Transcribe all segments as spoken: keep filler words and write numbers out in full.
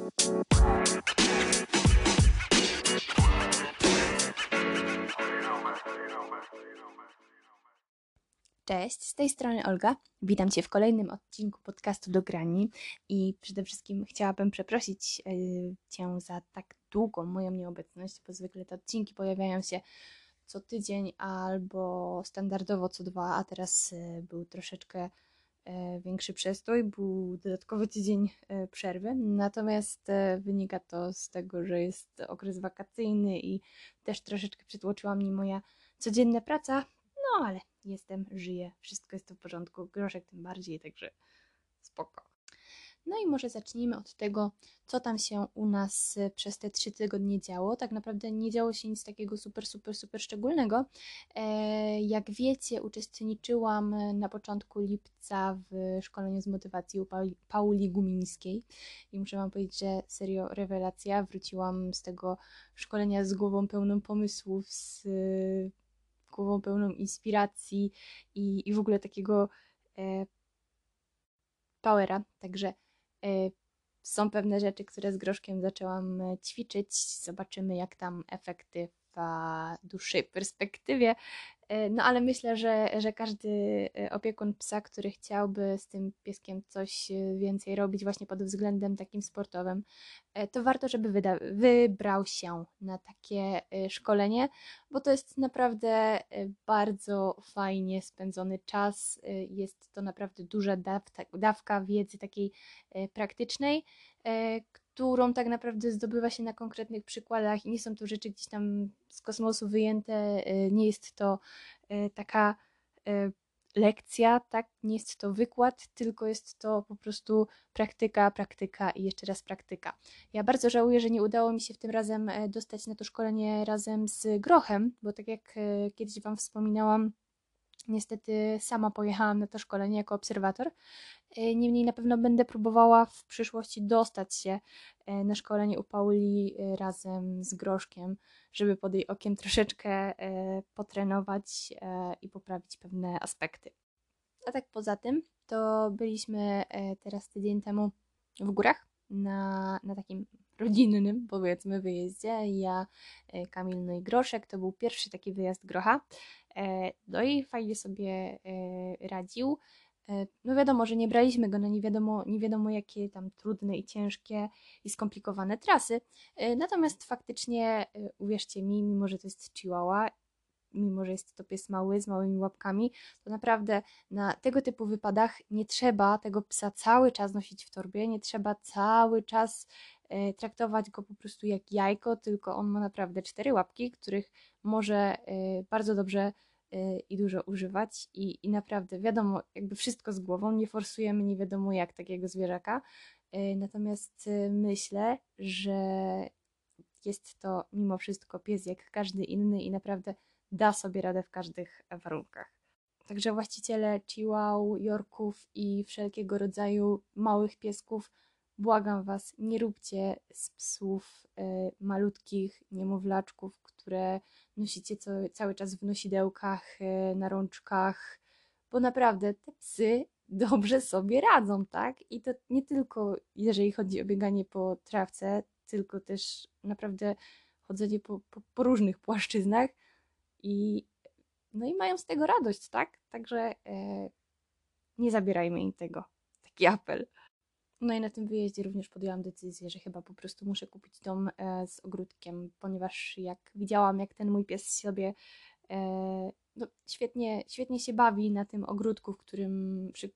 Cześć, z tej strony Olga. Witam Cię w kolejnym odcinku podcastu Do Grani i przede wszystkim chciałabym przeprosić yy, Cię za tak długą moją nieobecność, bo zwykle te odcinki pojawiają się co tydzień albo standardowo co dwa, a teraz yy, był troszeczkę yy, większy przestój, był dodatkowy tydzień yy, przerwy, natomiast yy, wynika to z tego, że jest okres wakacyjny i też troszeczkę przytłoczyła mnie moja codzienna praca. No ale jestem, żyję, wszystko jest w porządku, Groszek tym bardziej, także spoko. No i może zacznijmy od tego, co tam się u nas przez te trzy tygodnie działo. Tak naprawdę nie działo się nic takiego super, super, super szczególnego. Jak wiecie, uczestniczyłam na początku lipca w szkoleniu z motywacji u Pauli Gumińskiej i muszę Wam powiedzieć, że serio rewelacja. Wróciłam z tego szkolenia z głową pełną pomysłów, z głową pełną inspiracji i, i w ogóle takiego e, powera, także e, są pewne rzeczy, które z Groszkiem zaczęłam ćwiczyć, zobaczymy jak tam efekty w dłuższej perspektywie. No ale myślę, że, że każdy opiekun psa, który chciałby z tym pieskiem coś więcej robić właśnie pod względem takim sportowym, to warto, żeby wyda- wybrał się na takie szkolenie, bo to jest naprawdę bardzo fajnie spędzony czas. Jest to naprawdę duża daw- dawka wiedzy takiej praktycznej, którą tak naprawdę zdobywa się na konkretnych przykładach i nie są to rzeczy gdzieś tam z kosmosu wyjęte, nie jest to taka lekcja, tak, nie jest to wykład, tylko jest to po prostu praktyka, praktyka i jeszcze raz praktyka. Ja bardzo żałuję, że nie udało mi się w tym razem dostać na to szkolenie razem z Grochem, bo tak jak kiedyś Wam wspominałam, niestety sama pojechałam na to szkolenie jako obserwator. Niemniej na pewno będę próbowała w przyszłości dostać się na szkolenie u Pauli razem z Groszkiem, żeby pod jej okiem troszeczkę potrenować i poprawić pewne aspekty. A tak poza tym, to byliśmy teraz tydzień temu w górach na, na takim rodzinnym, powiedzmy, wyjeździe. Ja, Kamil, no i Groszek. To był pierwszy taki wyjazd Grocha. No i fajnie sobie radził. No wiadomo, że nie braliśmy go na nie wiadomo, nie wiadomo jakie tam trudne i ciężkie i skomplikowane trasy. Natomiast faktycznie, uwierzcie mi, mimo że to jest Chihuahua, mimo że jest to pies mały, z małymi łapkami, to naprawdę na tego typu wypadach nie trzeba tego psa cały czas nosić w torbie, nie trzeba cały czas e, traktować go po prostu jak jajko, tylko on ma naprawdę cztery łapki, których może e, bardzo dobrze e, i dużo używać i, i naprawdę wiadomo, jakby wszystko z głową, nie forsujemy nie wiadomo jak takiego zwierzaka, e, natomiast e, myślę, że jest to mimo wszystko pies jak każdy inny i naprawdę da sobie radę w każdych warunkach. Także właściciele Chihuahua, Yorków i wszelkiego rodzaju małych piesków, błagam Was, nie róbcie z psów y, malutkich niemowlaczków, które nosicie co, cały czas w nosidełkach, y, na rączkach, bo naprawdę te psy dobrze sobie radzą, tak? I to nie tylko jeżeli chodzi o bieganie po trawce, tylko też naprawdę chodzenie po, po, po różnych płaszczyznach i no i mają z tego radość, tak? Także e, nie zabierajmy im tego. Taki apel. No i na tym wyjeździe również podjęłam decyzję, że chyba po prostu muszę kupić dom e, z ogródkiem, ponieważ jak widziałam, jak ten mój pies sobie e, no, świetnie, świetnie się bawi na tym ogródku, w którym przy,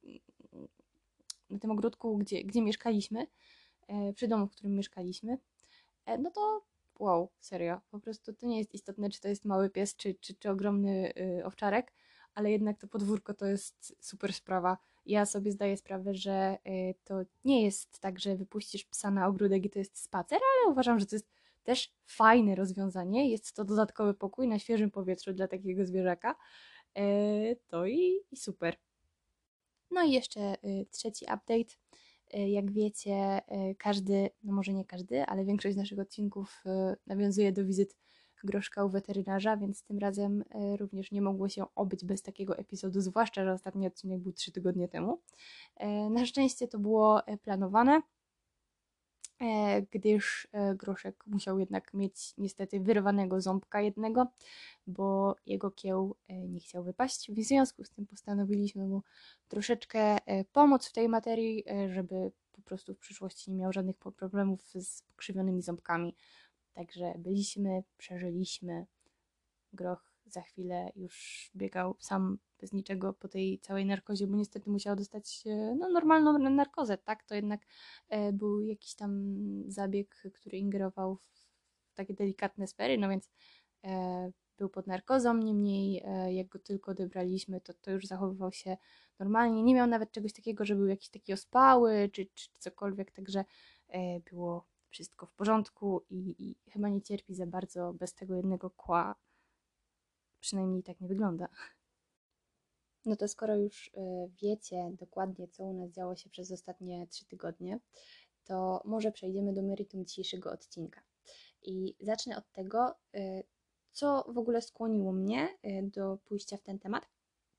na tym ogródku, gdzie, gdzie mieszkaliśmy, e, przy domu, w którym mieszkaliśmy, e, no to wow, serio, po prostu to nie jest istotne, czy to jest mały pies, czy, czy, czy ogromny y, owczarek, ale jednak to podwórko to jest super sprawa. Ja sobie zdaję sprawę, że y, to nie jest tak, że wypuścisz psa na ogródek i to jest spacer, ale uważam, że to jest też fajne rozwiązanie. Jest to dodatkowy pokój na świeżym powietrzu dla takiego zwierzaka. Y, to i, i super. No i jeszcze y, trzeci update. Jak wiecie, każdy, no może nie każdy, ale większość z naszych odcinków nawiązuje do wizyt Groszka u weterynarza, więc tym razem również nie mogło się obyć bez takiego epizodu, zwłaszcza, że ostatni odcinek był trzy tygodnie temu. Na szczęście to było planowane e, gdyż e, Groszek musiał jednak mieć niestety wyrwanego ząbka jednego, bo jego kieł e, nie chciał wypaść. W związku z tym postanowiliśmy mu troszeczkę e, pomóc w tej materii, e, żeby po prostu w przyszłości nie miał żadnych po- problemów z pokrzywionymi ząbkami. Także byliśmy, przeżyliśmy. Groch za chwilę już biegał sam bez niczego po tej całej narkozie, bo niestety musiał dostać e, no, normalną narkozę, tak? To jednak e, był jakiś tam zabieg, który ingerował w takie delikatne sfery, no więc e, był pod narkozą, niemniej e, jak go tylko odebraliśmy, to, to już zachowywał się normalnie, nie miał nawet czegoś takiego, że był jakiś taki ospały, czy, czy cokolwiek, także e, było wszystko w porządku i, i chyba nie cierpi za bardzo bez tego jednego kła. Przynajmniej tak nie wygląda. No to skoro już y, wiecie dokładnie, co u nas działo się przez ostatnie trzy tygodnie, to może przejdziemy do meritum dzisiejszego odcinka. I zacznę od tego, y, co w ogóle skłoniło mnie y, do pójścia w ten temat.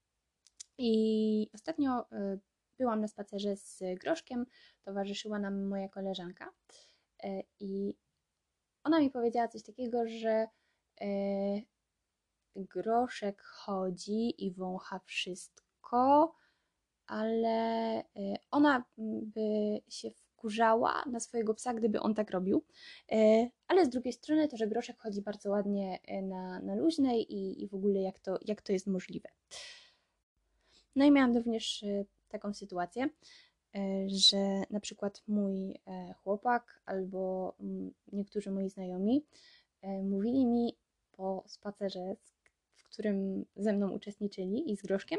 I ostatnio y, byłam na spacerze z Groszkiem, towarzyszyła nam moja koleżanka y, i ona mi powiedziała coś takiego, że y, Groszek chodzi i wącha wszystko, ale y, ona by się wkurzała na swojego psa, gdyby on tak robił. Y, ale z drugiej strony to, że Groszek chodzi bardzo ładnie y, na, na luźnej i, i w ogóle jak to, jak to jest możliwe. No i miałam również y, taką sytuację, y, że na przykład mój e, chłopak albo mm, niektórzy moi znajomi e, mówili mi po spacerze, w którym ze mną uczestniczyli i z Groszkiem,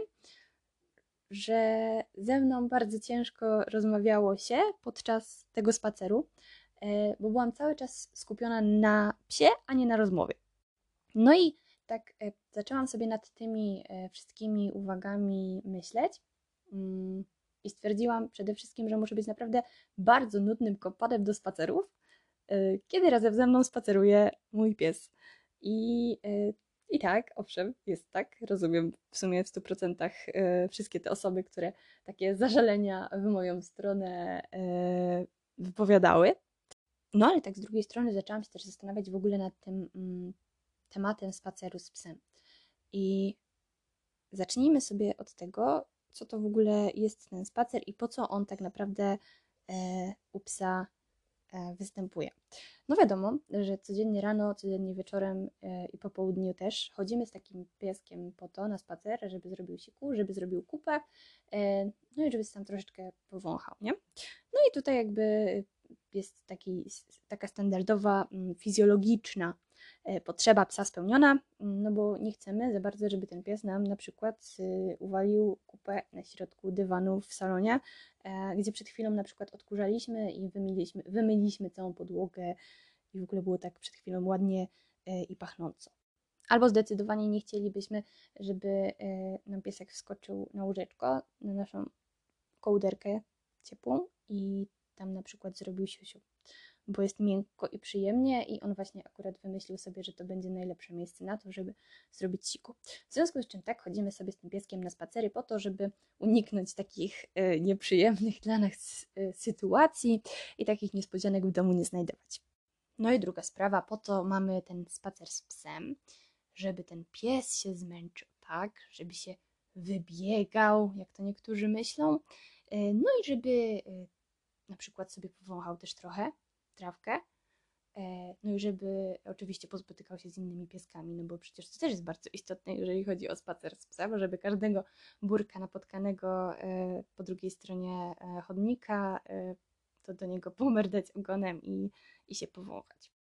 że ze mną bardzo ciężko rozmawiało się podczas tego spaceru, e, bo byłam cały czas skupiona na psie, a nie na rozmowie. No i tak e, zaczęłam sobie nad tymi e, wszystkimi uwagami myśleć mm, i stwierdziłam przede wszystkim, że muszę być naprawdę bardzo nudnym kompadem do spacerów, e, kiedy razem ze mną spaceruje mój pies. I, e, i tak, owszem, jest tak. Rozumiem w sumie w stu procentach e, wszystkie te osoby, które takie zażalenia w moją stronę e, wypowiadały. No ale tak z drugiej strony zaczęłam się też zastanawiać w ogóle nad tym mm, tematem spaceru z psem. I zacznijmy sobie od tego, co to w ogóle jest ten spacer i po co on tak naprawdę e, u psa e, występuje. No wiadomo, że codziennie rano, codziennie wieczorem e, i po południu też chodzimy z takim pieskiem po to na spacer, żeby zrobił siku, żeby zrobił kupę, e, no i żeby się tam troszeczkę powąchał, nie? No i tutaj jakby jest taki, taka standardowa, fizjologiczna potrzeba psa spełniona, no bo nie chcemy za bardzo, żeby ten pies nam na przykład uwalił kupę na środku dywanu w salonie, gdzie przed chwilą na przykład odkurzaliśmy i wymyliśmy, wymyliśmy całą podłogę i w ogóle było tak przed chwilą ładnie i pachnąco. Albo zdecydowanie nie chcielibyśmy, żeby nam piesek wskoczył na łóżeczko, na naszą kołderkę ciepłą i tam na przykład zrobił siusiu, bo jest miękko i przyjemnie i on właśnie akurat wymyślił sobie, że to będzie najlepsze miejsce na to, żeby zrobić siku. W związku z czym tak, chodzimy sobie z tym pieskiem na spacery po to, żeby uniknąć takich y, nieprzyjemnych dla nas y, sytuacji i takich niespodzianek w domu nie znajdować. No i druga sprawa, po to mamy ten spacer z psem, żeby ten pies się zmęczył, tak, żeby się wybiegał, jak to niektórzy myślą, no i żeby na przykład sobie powąchał też trochę trawkę, no i żeby oczywiście pospotykał się z innymi pieskami, no bo przecież to też jest bardzo istotne, jeżeli chodzi o spacer z psem, żeby każdego burka napotkanego po drugiej stronie chodnika to do niego pomerdać ogonem i, i się powąchać.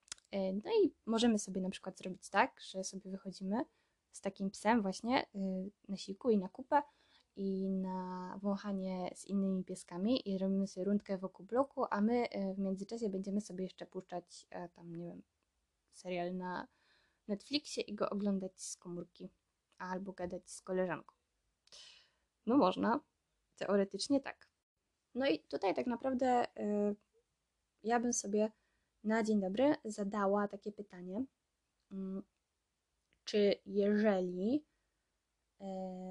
No i możemy sobie na przykład zrobić tak, że sobie wychodzimy z takim psem właśnie na siku i na kupę i na wąchanie z innymi pieskami i robimy sobie rundkę wokół bloku, a my w międzyczasie będziemy sobie jeszcze puszczać tam, nie wiem, serial na Netflixie i go oglądać z komórki albo gadać z koleżanką. No można, teoretycznie tak. No i tutaj tak naprawdę yy, ja bym sobie na dzień dobry zadała takie pytanie, yy, czy jeżeli yy,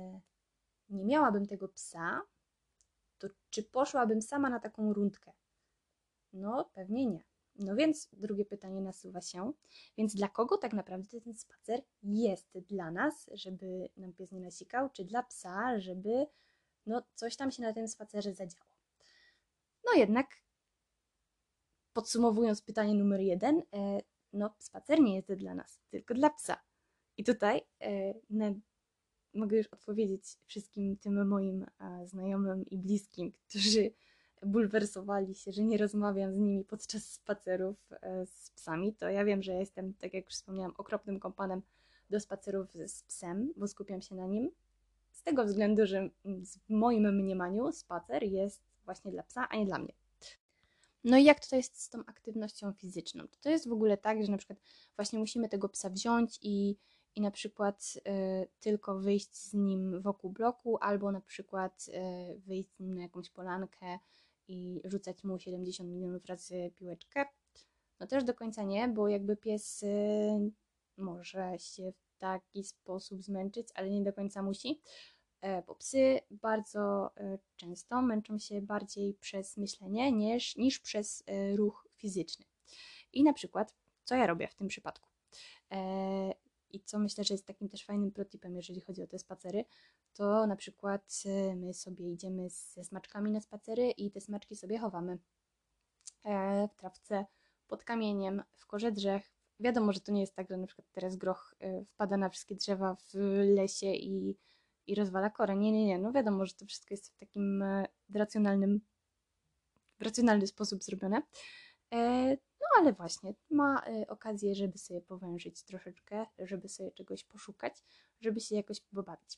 nie miałabym tego psa, to czy poszłabym sama na taką rundkę? No pewnie nie. No więc drugie pytanie nasuwa się, więc dla kogo tak naprawdę ten spacer jest? Dla nas, żeby nam pies nie nasikał, czy dla psa, żeby no coś tam się na tym spacerze zadziało? No jednak podsumowując pytanie numer jeden, no spacer nie jest dla nas, tylko dla psa. I tutaj na, mogę już odpowiedzieć wszystkim tym moim znajomym i bliskim, którzy bulwersowali się, że nie rozmawiam z nimi podczas spacerów z psami, to ja wiem, że ja jestem, tak jak już wspomniałam, okropnym kompanem do spacerów z psem, bo skupiam się na nim. Z tego względu, że w moim mniemaniu spacer jest właśnie dla psa, a nie dla mnie. No i jak to jest z tą aktywnością fizyczną? To, to jest w ogóle tak, że na przykład właśnie musimy tego psa wziąć i, i na przykład y, tylko wyjść z nim wokół bloku, albo na przykład y, wyjść z nim na jakąś polankę i rzucać mu siedemdziesiąt milionów razy piłeczkę. No też do końca nie, bo jakby pies y, może się w taki sposób zmęczyć, ale nie do końca musi. Bo psy bardzo często męczą się bardziej przez myślenie niż, niż przez ruch fizyczny. I na przykład, co ja robię w tym przypadku? I co myślę, że jest takim też fajnym protipem, jeżeli chodzi o te spacery, to na przykład my sobie idziemy ze smaczkami na spacery i te smaczki sobie chowamy w trawce, pod kamieniem, w korze drzew. Wiadomo, że to nie jest tak, że na przykład teraz groch wpada na wszystkie drzewa w lesie i i rozwala korę. Nie, nie, nie. No wiadomo, że to wszystko jest w takim racjonalnym, w racjonalny sposób zrobione. No ale właśnie, ma okazję, żeby sobie powężyć troszeczkę, żeby sobie czegoś poszukać, żeby się jakoś pobawić.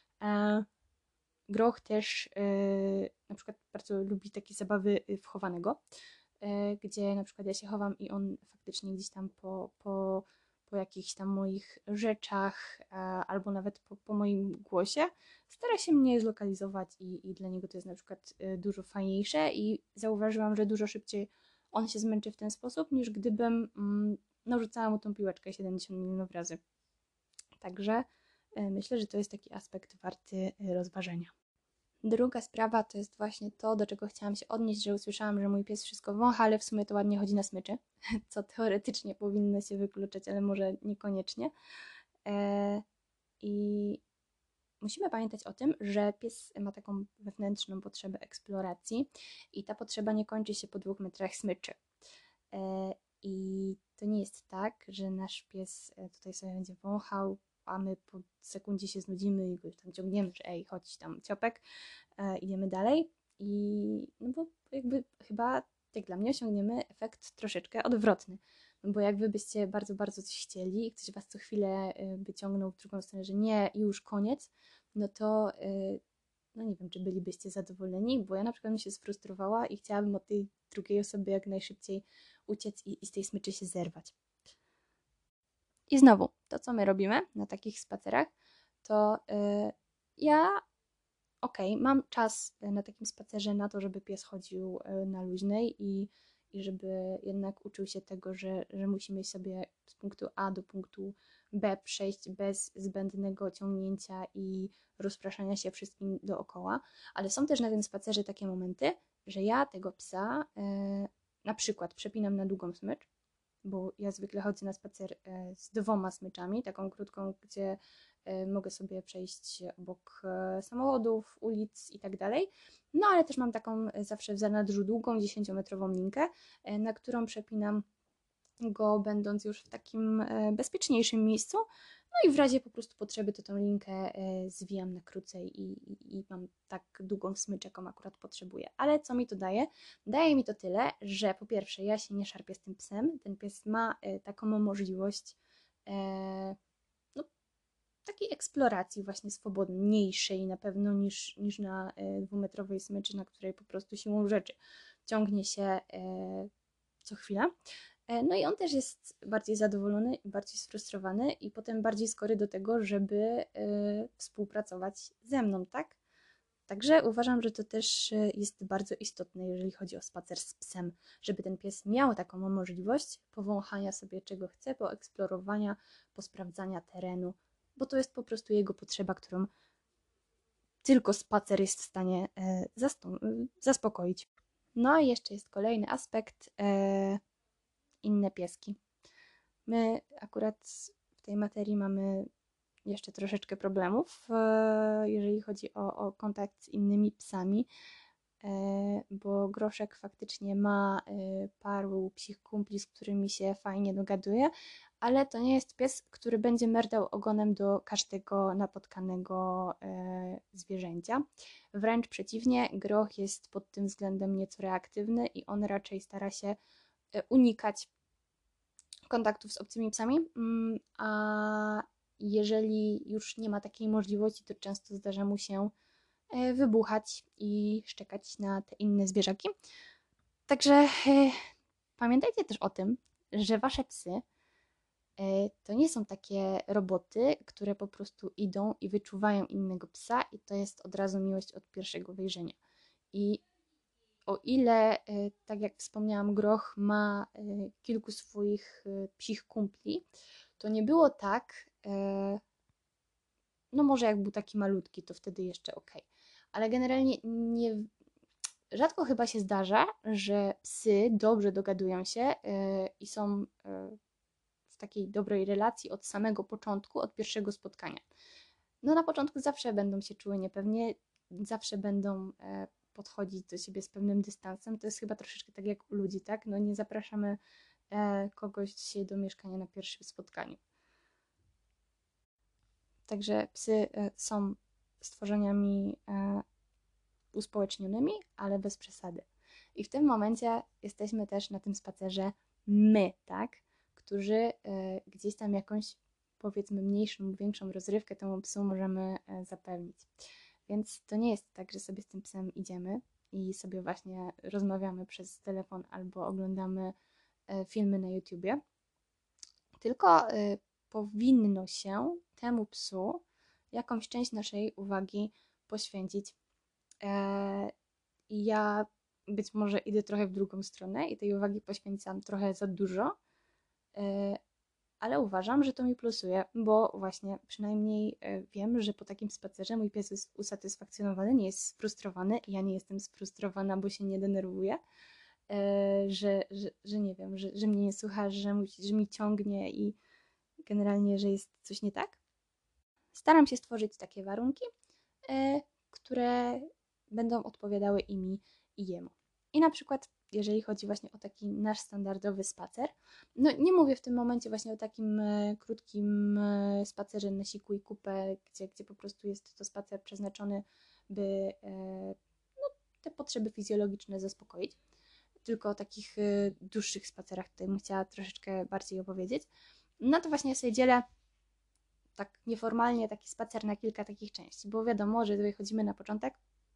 Groch też na przykład bardzo lubi takie zabawy wchowanego, gdzie na przykład ja się chowam i on faktycznie gdzieś tam po, po po jakichś tam moich rzeczach albo nawet po, po moim głosie, stara się mnie zlokalizować i, i dla niego to jest na przykład dużo fajniejsze i zauważyłam, że dużo szybciej on się zmęczy w ten sposób, niż gdybym mm, narzucała mu tą piłeczkę siedemdziesiąt milionów razy. Także myślę, że to jest taki aspekt warty rozważenia. Druga sprawa to jest właśnie to, do czego chciałam się odnieść, że usłyszałam, że mój pies wszystko wącha, ale w sumie to ładnie chodzi na smyczy, co teoretycznie powinno się wykluczać, ale może niekoniecznie. Eee, I musimy pamiętać o tym, że pies ma taką wewnętrzną potrzebę eksploracji i ta potrzeba nie kończy się po dwóch metrach smyczy. Eee, I to nie jest tak, że nasz pies tutaj sobie będzie wąchał, a my po sekundzie się znudzimy i go tam ciągniemy, że ej, chodź tam ciopek, e, idziemy dalej. I no bo jakby chyba, jak dla mnie, osiągniemy efekt troszeczkę odwrotny. No bo jak wy byście bardzo, bardzo coś chcieli i ktoś was co chwilę by ciągnął w drugą stronę, że nie, już koniec, no to no nie wiem, czy bylibyście zadowoleni, bo ja na przykład bym się sfrustrowała i chciałabym od tej drugiej osoby jak najszybciej uciec i, i z tej smyczy się zerwać. I znowu, to co my robimy na takich spacerach, to yy, ja okej, okay, mam czas na takim spacerze na to, żeby pies chodził na luźnej i, i żeby jednak uczył się tego, że, że musimy sobie z punktu A do punktu B przejść bez zbędnego ciągnięcia i rozpraszania się wszystkim dookoła, ale są też na tym spacerze takie momenty, że ja tego psa yy, na przykład przepinam na długą smycz, bo ja zwykle chodzę na spacer z dwoma smyczami, taką krótką, gdzie mogę sobie przejść obok samochodów, ulic i tak dalej. No ale też mam taką zawsze w zanadrzu długą, dziesięciometrową linkę, na którą przepinam go, będąc już w takim bezpieczniejszym miejscu. No i w razie po prostu potrzeby, to tą linkę zwijam na krócej i, i, i mam tak długą smycz, jaką akurat potrzebuję. Ale co mi to daje? Daje mi to tyle, że po pierwsze ja się nie szarpię z tym psem, ten pies ma taką możliwość no, takiej eksploracji właśnie swobodniejszej na pewno niż, niż na dwumetrowej smyczy, na której po prostu siłą rzeczy ciągnie się co chwila. No i on też jest bardziej zadowolony, bardziej sfrustrowany i potem bardziej skory do tego, żeby y, współpracować ze mną, tak? Także uważam, że to też jest bardzo istotne, jeżeli chodzi o spacer z psem, żeby ten pies miał taką możliwość powąchania sobie czego chce, poeksplorowania, posprawdzania terenu, bo to jest po prostu jego potrzeba, którą tylko spacer jest w stanie y, zaspokoić. No i jeszcze jest kolejny aspekt, e, inne pieski. My akurat w tej materii mamy jeszcze troszeczkę problemów, e, jeżeli chodzi o, o kontakt z innymi psami, e, bo Groszek faktycznie ma e, paru psich kumpli, z którymi się fajnie dogaduje, ale to nie jest pies, który będzie merdał ogonem do każdego napotkanego e, zwierzęcia. Wręcz przeciwnie, Groch jest pod tym względem nieco reaktywny i on raczej stara się e, unikać kontaktów z obcymi psami, mm, a jeżeli już nie ma takiej możliwości, to często zdarza mu się e, wybuchać i szczekać na te inne zwierzaki. Także e, pamiętajcie też o tym, że wasze psy e, to nie są takie roboty, które po prostu idą i wyczuwają innego psa i to jest od razu miłość od pierwszego wejrzenia. I o ile, e, tak jak wspomniałam, Groch ma e, kilku swoich e, psich kumpli, to nie było tak, e, no może jak był taki malutki, to wtedy jeszcze okej. Ale generalnie nie, rzadko chyba się zdarza, że psy dobrze dogadują się e, i są e, w takiej dobrej relacji od samego początku, od pierwszego spotkania. No na początku zawsze będą się czuły niepewnie, zawsze będą e, podchodzić do siebie z pewnym dystansem. To jest chyba troszeczkę tak jak u ludzi, tak? No nie zapraszamy e, kogoś dzisiaj do mieszkania na pierwszym spotkaniu. Także psy e, są stworzeniami e, uspołecznionymi, ale bez przesady. I w tym momencie jesteśmy też na tym spacerze my, tak? Którzy e, gdzieś tam jakąś, powiedzmy, mniejszą, większą rozrywkę temu psu możemy e, zapewnić. Więc to nie jest tak, że sobie z tym psem idziemy i sobie właśnie rozmawiamy przez telefon albo oglądamy e, filmy na YouTubie, tylko e, powinno się temu psu jakąś część naszej uwagi poświęcić. E, I ja być może idę trochę w drugą stronę i tej uwagi poświęcam trochę za dużo, e, ale uważam, że to mi plusuje, bo właśnie przynajmniej e, wiem, że po takim spacerze mój pies jest usatysfakcjonowany, nie jest sfrustrowany, ja nie jestem sfrustrowana, bo się nie denerwuję, e, że, że, że nie wiem, że, że mnie nie słucha, że, mu, że mi ciągnie i generalnie, że jest coś nie tak. Staram się stworzyć takie warunki, e, które będą odpowiadały i mi, i jemu. I na przykład, jeżeli chodzi właśnie o taki nasz standardowy spacer, no nie mówię w tym momencie właśnie o takim e, krótkim e, spacerze na siku i kupę, gdzie, gdzie po prostu jest to spacer przeznaczony, by e, no, te potrzeby fizjologiczne zaspokoić, tylko o takich e, dłuższych spacerach tutaj bym chciała troszeczkę bardziej opowiedzieć. No to właśnie ja sobie dzielę tak nieformalnie taki spacer na kilka takich części, bo wiadomo, że wychodzimy na początek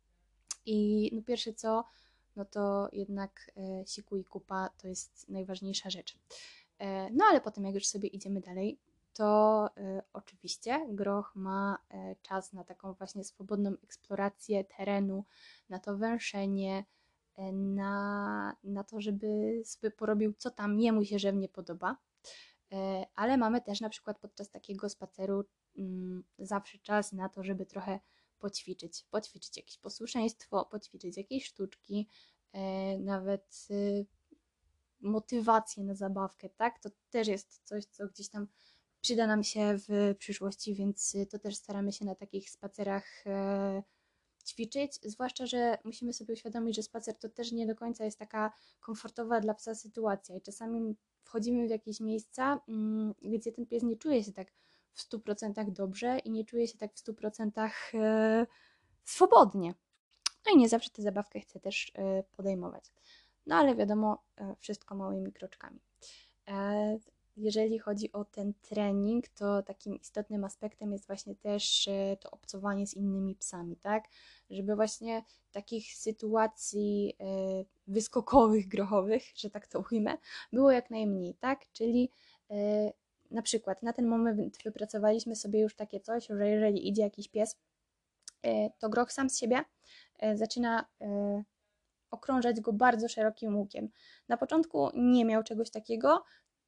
i no pierwsze co, no to jednak e, siku i kupa to jest najważniejsza rzecz. E, no ale potem jak już sobie idziemy dalej, to e, oczywiście Groch ma e, czas na taką właśnie swobodną eksplorację terenu, na to węszenie, e, na, na to, żeby sobie porobił co tam jemu się żywnie podoba. E, ale mamy też na przykład podczas takiego spaceru mm, zawsze czas na to, żeby trochę poćwiczyć, poćwiczyć jakieś posłuszeństwo, poćwiczyć jakieś sztuczki, e, nawet y, motywację na zabawkę, tak? To też jest coś, co gdzieś tam przyda nam się w przyszłości, więc to też staramy się na takich spacerach e, ćwiczyć, zwłaszcza, że musimy sobie uświadomić, że spacer to też nie do końca jest taka komfortowa dla psa sytuacja i czasami wchodzimy w jakieś miejsca, gdzie ten pies nie czuje się tak w stu procentach dobrze i nie czuje się tak w stu procentach e, swobodnie. No i nie zawsze tę zabawkę chce też e, podejmować. No ale wiadomo, e, wszystko małymi kroczkami. E, jeżeli chodzi o ten trening, to takim istotnym aspektem jest właśnie też e, to obcowanie z innymi psami, tak? Żeby właśnie takich sytuacji e, wyskokowych, grochowych, że tak to ujmę, było jak najmniej, tak? Czyli e, na przykład na ten moment wypracowaliśmy sobie już takie coś, że jeżeli idzie jakiś pies, e, to groch sam z siebie e, zaczyna e, okrążać go bardzo szerokim łukiem. Na początku nie miał czegoś takiego,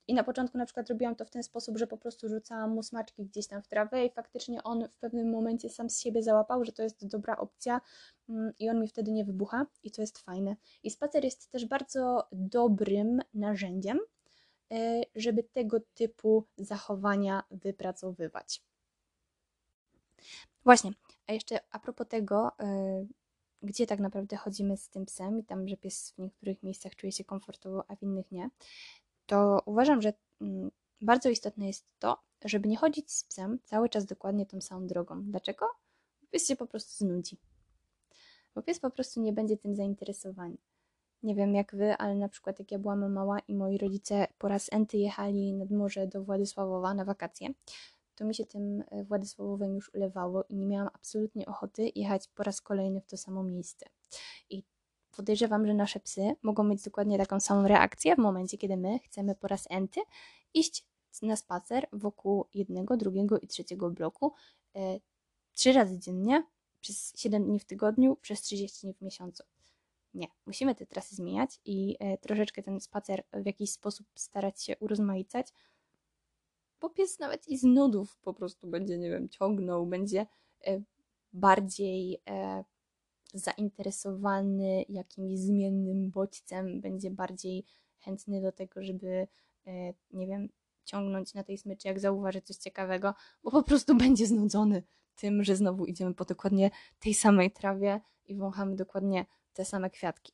I na początku na przykład robiłam to w ten sposób, że po prostu rzucałam mu smaczki gdzieś tam w trawę i faktycznie on w pewnym momencie sam z siebie załapał, że to jest dobra opcja i on mi wtedy nie wybucha i to jest fajne. I spacer jest też bardzo dobrym narzędziem, żeby tego typu zachowania wypracowywać. Właśnie, a jeszcze a propos tego, gdzie tak naprawdę chodzimy z tym psem i tam, że pies w niektórych miejscach czuje się komfortowo, a w innych nie, to uważam, że bardzo istotne jest to, żeby nie chodzić z psem cały czas dokładnie tą samą drogą. Dlaczego? Pies się po prostu znudzi. Bo pies po prostu nie będzie tym zainteresowany. Nie wiem jak wy, ale na przykład jak ja byłam mała i moi rodzice po raz enty jechali nad morze do Władysławowa na wakacje, to mi się tym Władysławowem już ulewało i nie miałam absolutnie ochoty jechać po raz kolejny w to samo miejsce. I podejrzewam, że nasze psy mogą mieć dokładnie taką samą reakcję w momencie, kiedy my chcemy po raz enty iść na spacer wokół jednego, drugiego i trzeciego bloku e, trzy razy dziennie, przez siedem dni w tygodniu, przez trzydzieści dni w miesiącu. Nie, musimy te trasy zmieniać i e, troszeczkę ten spacer w jakiś sposób starać się urozmaicać, bo pies nawet i z nudów po prostu będzie, nie wiem, ciągnął, będzie e, bardziej e, zainteresowany jakimś zmiennym bodźcem, będzie bardziej chętny do tego, żeby, e, nie wiem, ciągnąć na tej smyczy, jak zauważy coś ciekawego, bo po prostu będzie znudzony tym, że znowu idziemy po dokładnie tej samej trawie i wąchamy dokładnie te same kwiatki.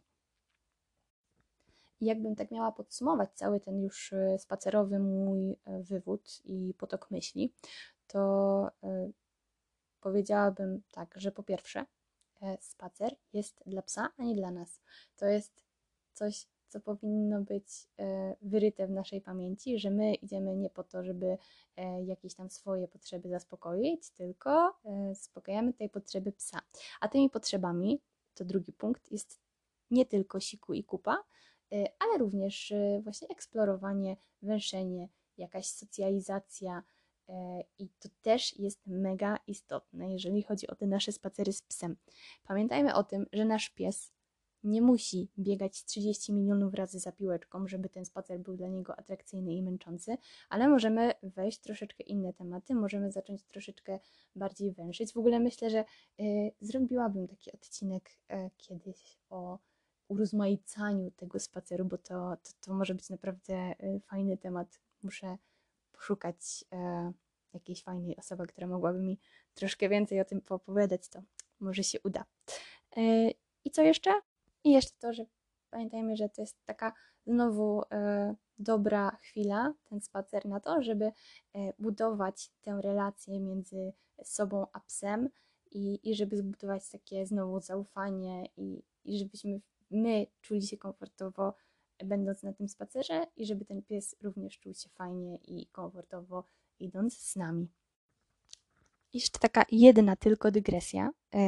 I jakbym tak miała podsumować cały ten już spacerowy mój wywód i potok myśli, to powiedziałabym tak, że po pierwsze spacer jest dla psa, a nie dla nas. To jest coś, co powinno być wyryte w naszej pamięci, że my idziemy nie po to, żeby jakieś tam swoje potrzeby zaspokoić, tylko zaspokajamy tej potrzeby psa. A tymi potrzebami, to drugi punkt, jest nie tylko siku i kupa, ale również właśnie eksplorowanie, węszenie, jakaś socjalizacja i to też jest mega istotne, jeżeli chodzi o te nasze spacery z psem. Pamiętajmy o tym, że nasz pies nie musi biegać trzydzieści milionów razy za piłeczką, żeby ten spacer był dla niego atrakcyjny i męczący, ale możemy wejść w troszeczkę inne tematy, możemy zacząć troszeczkę bardziej węszyć. W ogóle myślę, że y, zrobiłabym taki odcinek y, kiedyś o urozmaicaniu tego spaceru, bo to, to, to może być naprawdę fajny temat. Muszę poszukać e, jakiejś fajnej osoby, która mogłaby mi troszkę więcej o tym poopowiadać, to może się uda. E, I co jeszcze? I jeszcze to, że pamiętajmy, że to jest taka znowu e, dobra chwila, ten spacer na to, żeby e, budować tę relację między sobą a psem i, i żeby zbudować takie znowu zaufanie i, i żebyśmy my czuli się komfortowo będąc na tym spacerze i żeby ten pies również czuł się fajnie i komfortowo idąc z nami. Jeszcze taka jedna tylko dygresja.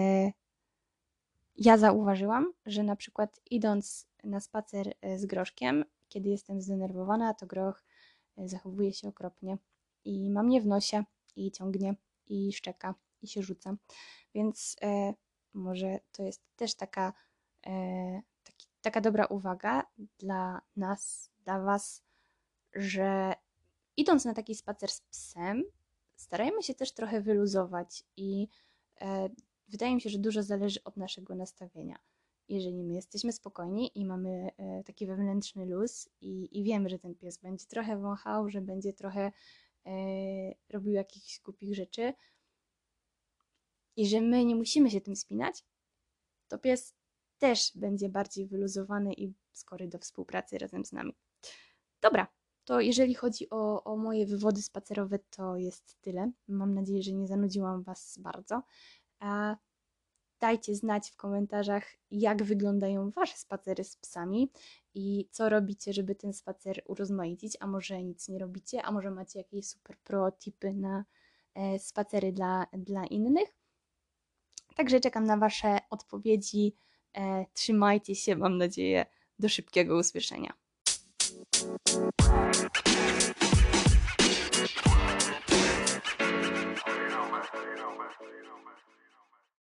Ja zauważyłam, że na przykład idąc na spacer z Groszkiem, kiedy jestem zdenerwowana, to Groch zachowuje się okropnie i ma mnie w nosie i ciągnie i szczeka i się rzuca. Więc e, może to jest też taka e, taki, taka dobra uwaga dla nas, dla was, że idąc na taki spacer z psem, starajmy się też trochę wyluzować i e, wydaje mi się, że dużo zależy od naszego nastawienia. Jeżeli my jesteśmy spokojni i mamy e, taki wewnętrzny luz i, i wiemy, że ten pies będzie trochę wąchał, że będzie trochę e, robił jakichś głupich rzeczy i że my nie musimy się tym spinać, to pies też będzie bardziej wyluzowany i skory do współpracy razem z nami. Dobra, to jeżeli chodzi o, o moje wywody spacerowe, to jest tyle. Mam nadzieję, że nie zanudziłam was bardzo. A dajcie znać w komentarzach, jak wyglądają wasze spacery z psami i co robicie, żeby ten spacer urozmaicić, a może nic nie robicie, a może macie jakieś super pro tipy na e, spacery dla, dla innych. Także czekam na wasze odpowiedzi. E, trzymajcie się, mam nadzieję, do szybkiego usłyszenia.